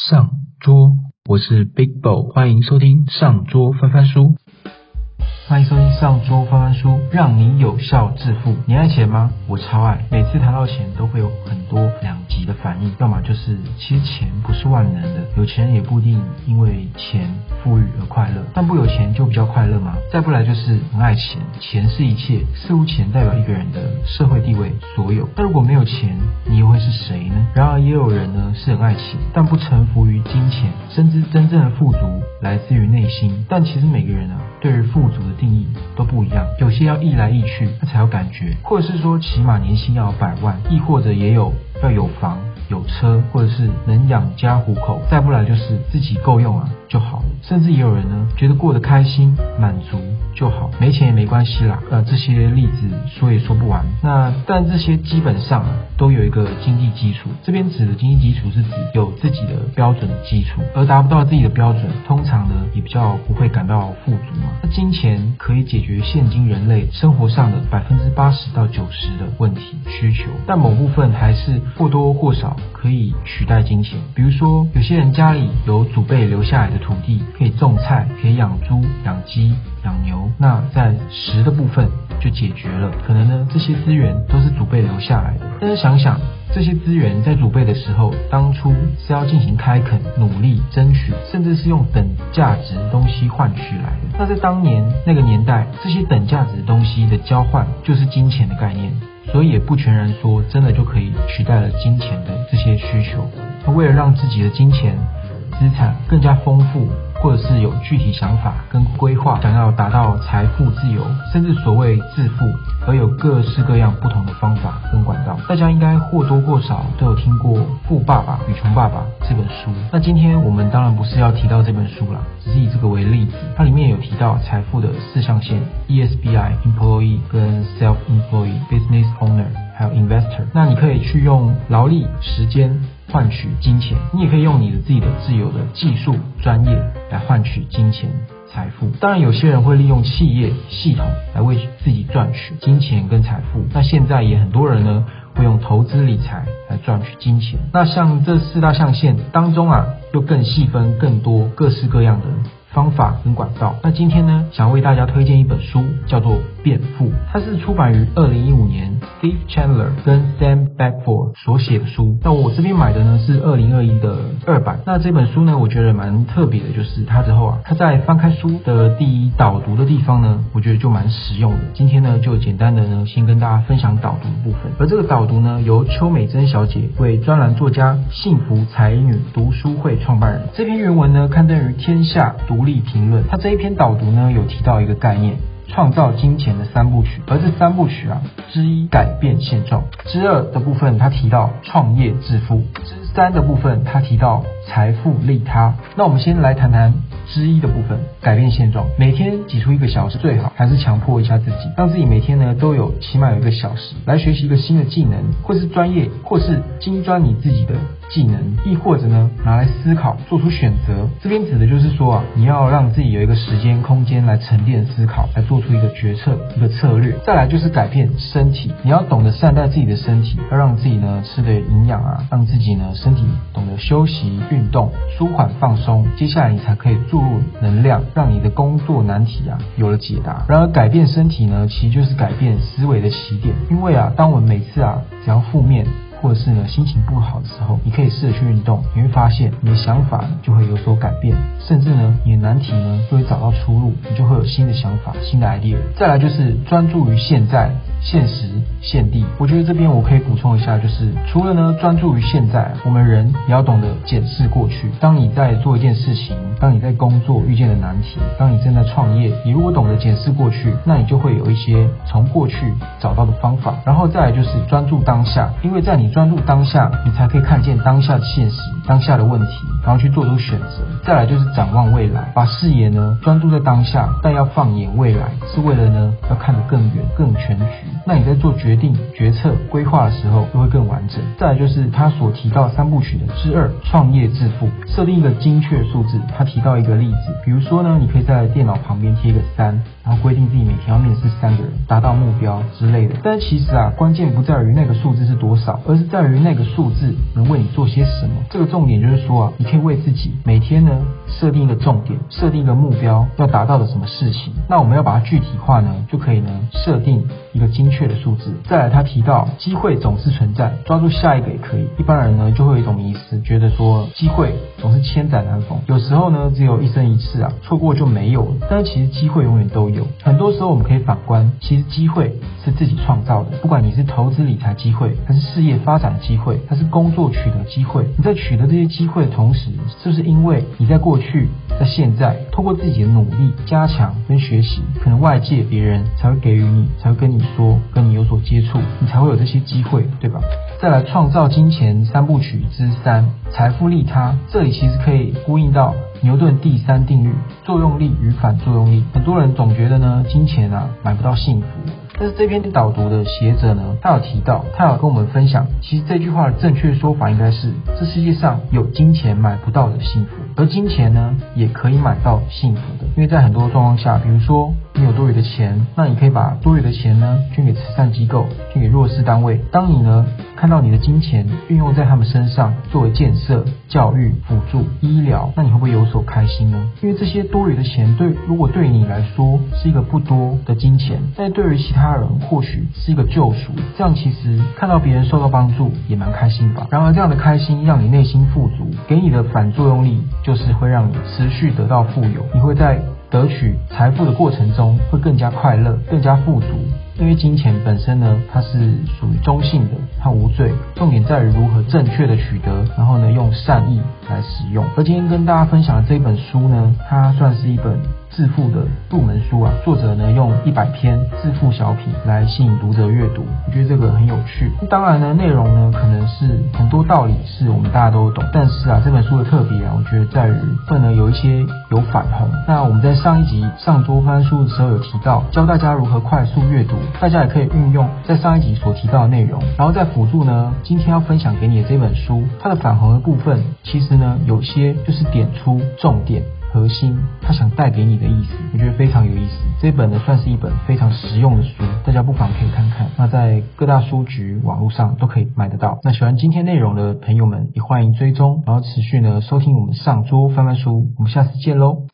上桌，我是 Big Bo， 欢迎收听上桌翻翻书。 欢迎收听上桌翻翻书，让你有效致富。你爱钱吗？我超爱，每次谈到钱都会有很多两极的反应，要么就是其实钱不是万能的，有钱人也不一定因为钱富裕而快乐，但不有钱就比较快乐吗？再不来就是很爱钱，钱是一切，似乎钱代表一个人的社会地位所有。那如果没有钱，你又会是谁呢？然而也有人呢是很爱钱，但不臣服于金钱，深知真正的富足来自于内心。但其实每个人对于富足的定义都不一样，有些要易来易去，那才有感觉，或者是说起码年薪要有100万，亦或者也有要有房有车，或者是能养家糊口，再不来就是自己够用就好了。甚至也有人觉得过得开心满足就好，没钱也没关系啦。这些例子说也说不完。但这些基本上都有一个经济基础，这边指的经济基础是指有自己的标准基础，而达不到自己的标准，通常也比较不会感到富足嘛。那金钱可以解决现今人类生活上的80%到90%的问题需求，但某部分还是或多或少可以取代金钱。比如说有些人家里有祖辈留下来的土地，可以种菜，可以养猪养鸡养牛，那在食的部分就解决了。可能这些资源都是祖辈留下来的，但是想想这些资源在祖辈的时候，当初是要进行开垦努力争取，甚至是用等价值的东西换取来的。那在当年那个年代，这些等价值的东西的交换就是金钱的概念，所以也不全然说真的就可以取代了金钱的这些需求。为了让自己的金钱资产更加丰富，或者是有具体想法跟规划，想要达到财富自由，甚至所谓致富，而有各式各样不同的方法跟管道。大家应该或多或少都有听过《富爸爸与穷爸爸》这本书。那今天我们当然不是要提到这本书啦，只是以这个为例子。它里面有提到财富的4象限 ESBI Employee 跟 Self-Employed Business Owner还有 Investor。 那你可以去用劳力时间换取金钱，你也可以用你的自己的自由的技术专业来换取金钱财富。当然有些人会利用企业系统来为自己赚取金钱跟财富，那现在也很多人会用投资理财来赚取金钱。那像这4大象限当中又更细分更多各式各样的方法跟管道。那今天想为大家推荐一本书，叫做《变富》，它是出版于2015年 Steve Chandler 跟 Sam Beckford 所写的书。那我这边买的是2021的2版。那这本书我觉得蛮特别的，就是它之后它在翻开书的第一导读的地方我觉得就蛮实用的。今天就简单的先跟大家分享导读的部分。而这个导读由邱美珍小姐为专栏作家幸福才女读书会创办人。这篇原文刊登于天下独立评论。他这一篇导读有提到一个概念，创造金钱的3部曲，而这3部曲之一改变现状，之2的部分他提到创业致富，之3的部分他提到财富利他。那我们先来谈谈之1的部分，改变现状。每天挤出1个小时最好，还是强迫一下自己，让自己每天都有起码有1个小时来学习一个新的技能，或是专业，或是精专你自己的技能，亦或者拿来思考做出选择。这边指的就是说你要让自己有一个时间空间来沉淀思考，来做出一个决策一个策略。再来就是改变身体，你要懂得善待自己的身体，要让自己吃的营养让自己身体懂得休息运动舒缓放松，接下来你才可以注入能量，让你的工作难题有了解答。然而改变身体其实就是改变思维的起点。因为当我们每次只要负面或者是心情不好的时候，你可以试着去运动，你会发现你的想法就会有所改变，甚至你的难题就会找到出路，你就会有新的想法新的 idea。 再来就是专注于现在现时现地。我觉得这边我可以补充一下，就是除了专注于现在，我们人也要懂得检视过去。当你在做一件事情，当你在工作遇见的难题，当你正在创业，你如果懂得检视过去，那你就会有一些从过去找到的方法。然后再来就是专注当下，因为在你专注当下，你才可以看见当下的现实当下的问题，然后去做出选择。再来就是展望未来，把视野专注在当下，但要放眼未来，是为了要看得更远更全局。 那你在做决定、决策、规划的时候就会更完整。再来就是他所提到3部曲的之2，创业致富，设定一个精确数字。他提到一个例子，比如说呢，你可以在电脑旁边贴一个3，然后规定自己每天要面试3个人，达到目标之类的。但是其实关键不在于那个数字是多少，而是在于那个数字能为你做些什么。这个重点就是说你可以为自己每天呢设定一个重点，设定一个目标，要达到的什么事情。那我们要把它具体化呢，就可以呢设定一个精确的数字。再来他提到机会总是存在，抓住下一个也可以。一般人呢就会有一种迷思，觉得说机会总是千载难逢，有时候呢只有一生一次错过就没有了。但是其实机会永远都有，很多时候我们可以反观，其实机会是自己创造的。不管你是投资理财机会，还是事业发展的机会，还是工作取得机会，你在取得这些机会的同时，是不是因为你在过去在现在透过自己的努力加强跟学习，可能外界别人才会给予你，才会跟你说，跟你有所接触，你才会有这些机会，对吧？再来创造金钱3部曲之3，财富利他。这里其实可以呼应到牛顿第3定律，作用力与反作用力。很多人总觉得呢金钱买不到幸福，但是这篇导读的学者呢，他有提到，他有跟我们分享，其实这句话的正确说法应该是，这世界上有金钱买不到的幸福，而金钱呢也可以买到幸福的。因为在很多状况下，比如说你有多余的钱，那你可以把多余的钱呢捐给慈善机构，捐给弱势单位。当你呢看到你的金钱运用在他们身上，作为建设、教育、辅助、医疗，那你会不会有所开心呢？因为这些多余的钱如果对你来说是一个不多的金钱，但对于其他人或许是一个救赎，这样其实看到别人受到帮助也蛮开心吧。然而这样的开心让你内心富足，给你的反作用力就是会让你持续得到富有，你会在得取财富的过程中会更加快乐，更加富足。因为金钱本身呢，它是属于中性的，它无罪，重点在于如何正确的取得，然后呢用善意来使用。而今天跟大家分享的这本书呢，它算是一本致富的入门书作者呢用100篇致富小品来吸引读者阅读，我觉得这个很有趣。当然呢，内容呢可能是很多道理是我们大家都懂，但是这本书的特别我觉得在于会呢有一些有反红。那我们在上一集上桌翻书的时候有提到，教大家如何快速阅读，大家也可以运用在上一集所提到的内容，然后再辅助呢今天要分享给你的这本书，它的反红的部分其实呢有些就是点出重点核心他想带给你的意思，我觉得非常有意思。这本呢算是一本非常实用的书，大家不妨可以看看。那在各大书局、网络上都可以买得到。那喜欢今天内容的朋友们，也欢迎追踪，然后持续呢收听我们上桌翻翻书。我们下次见喽。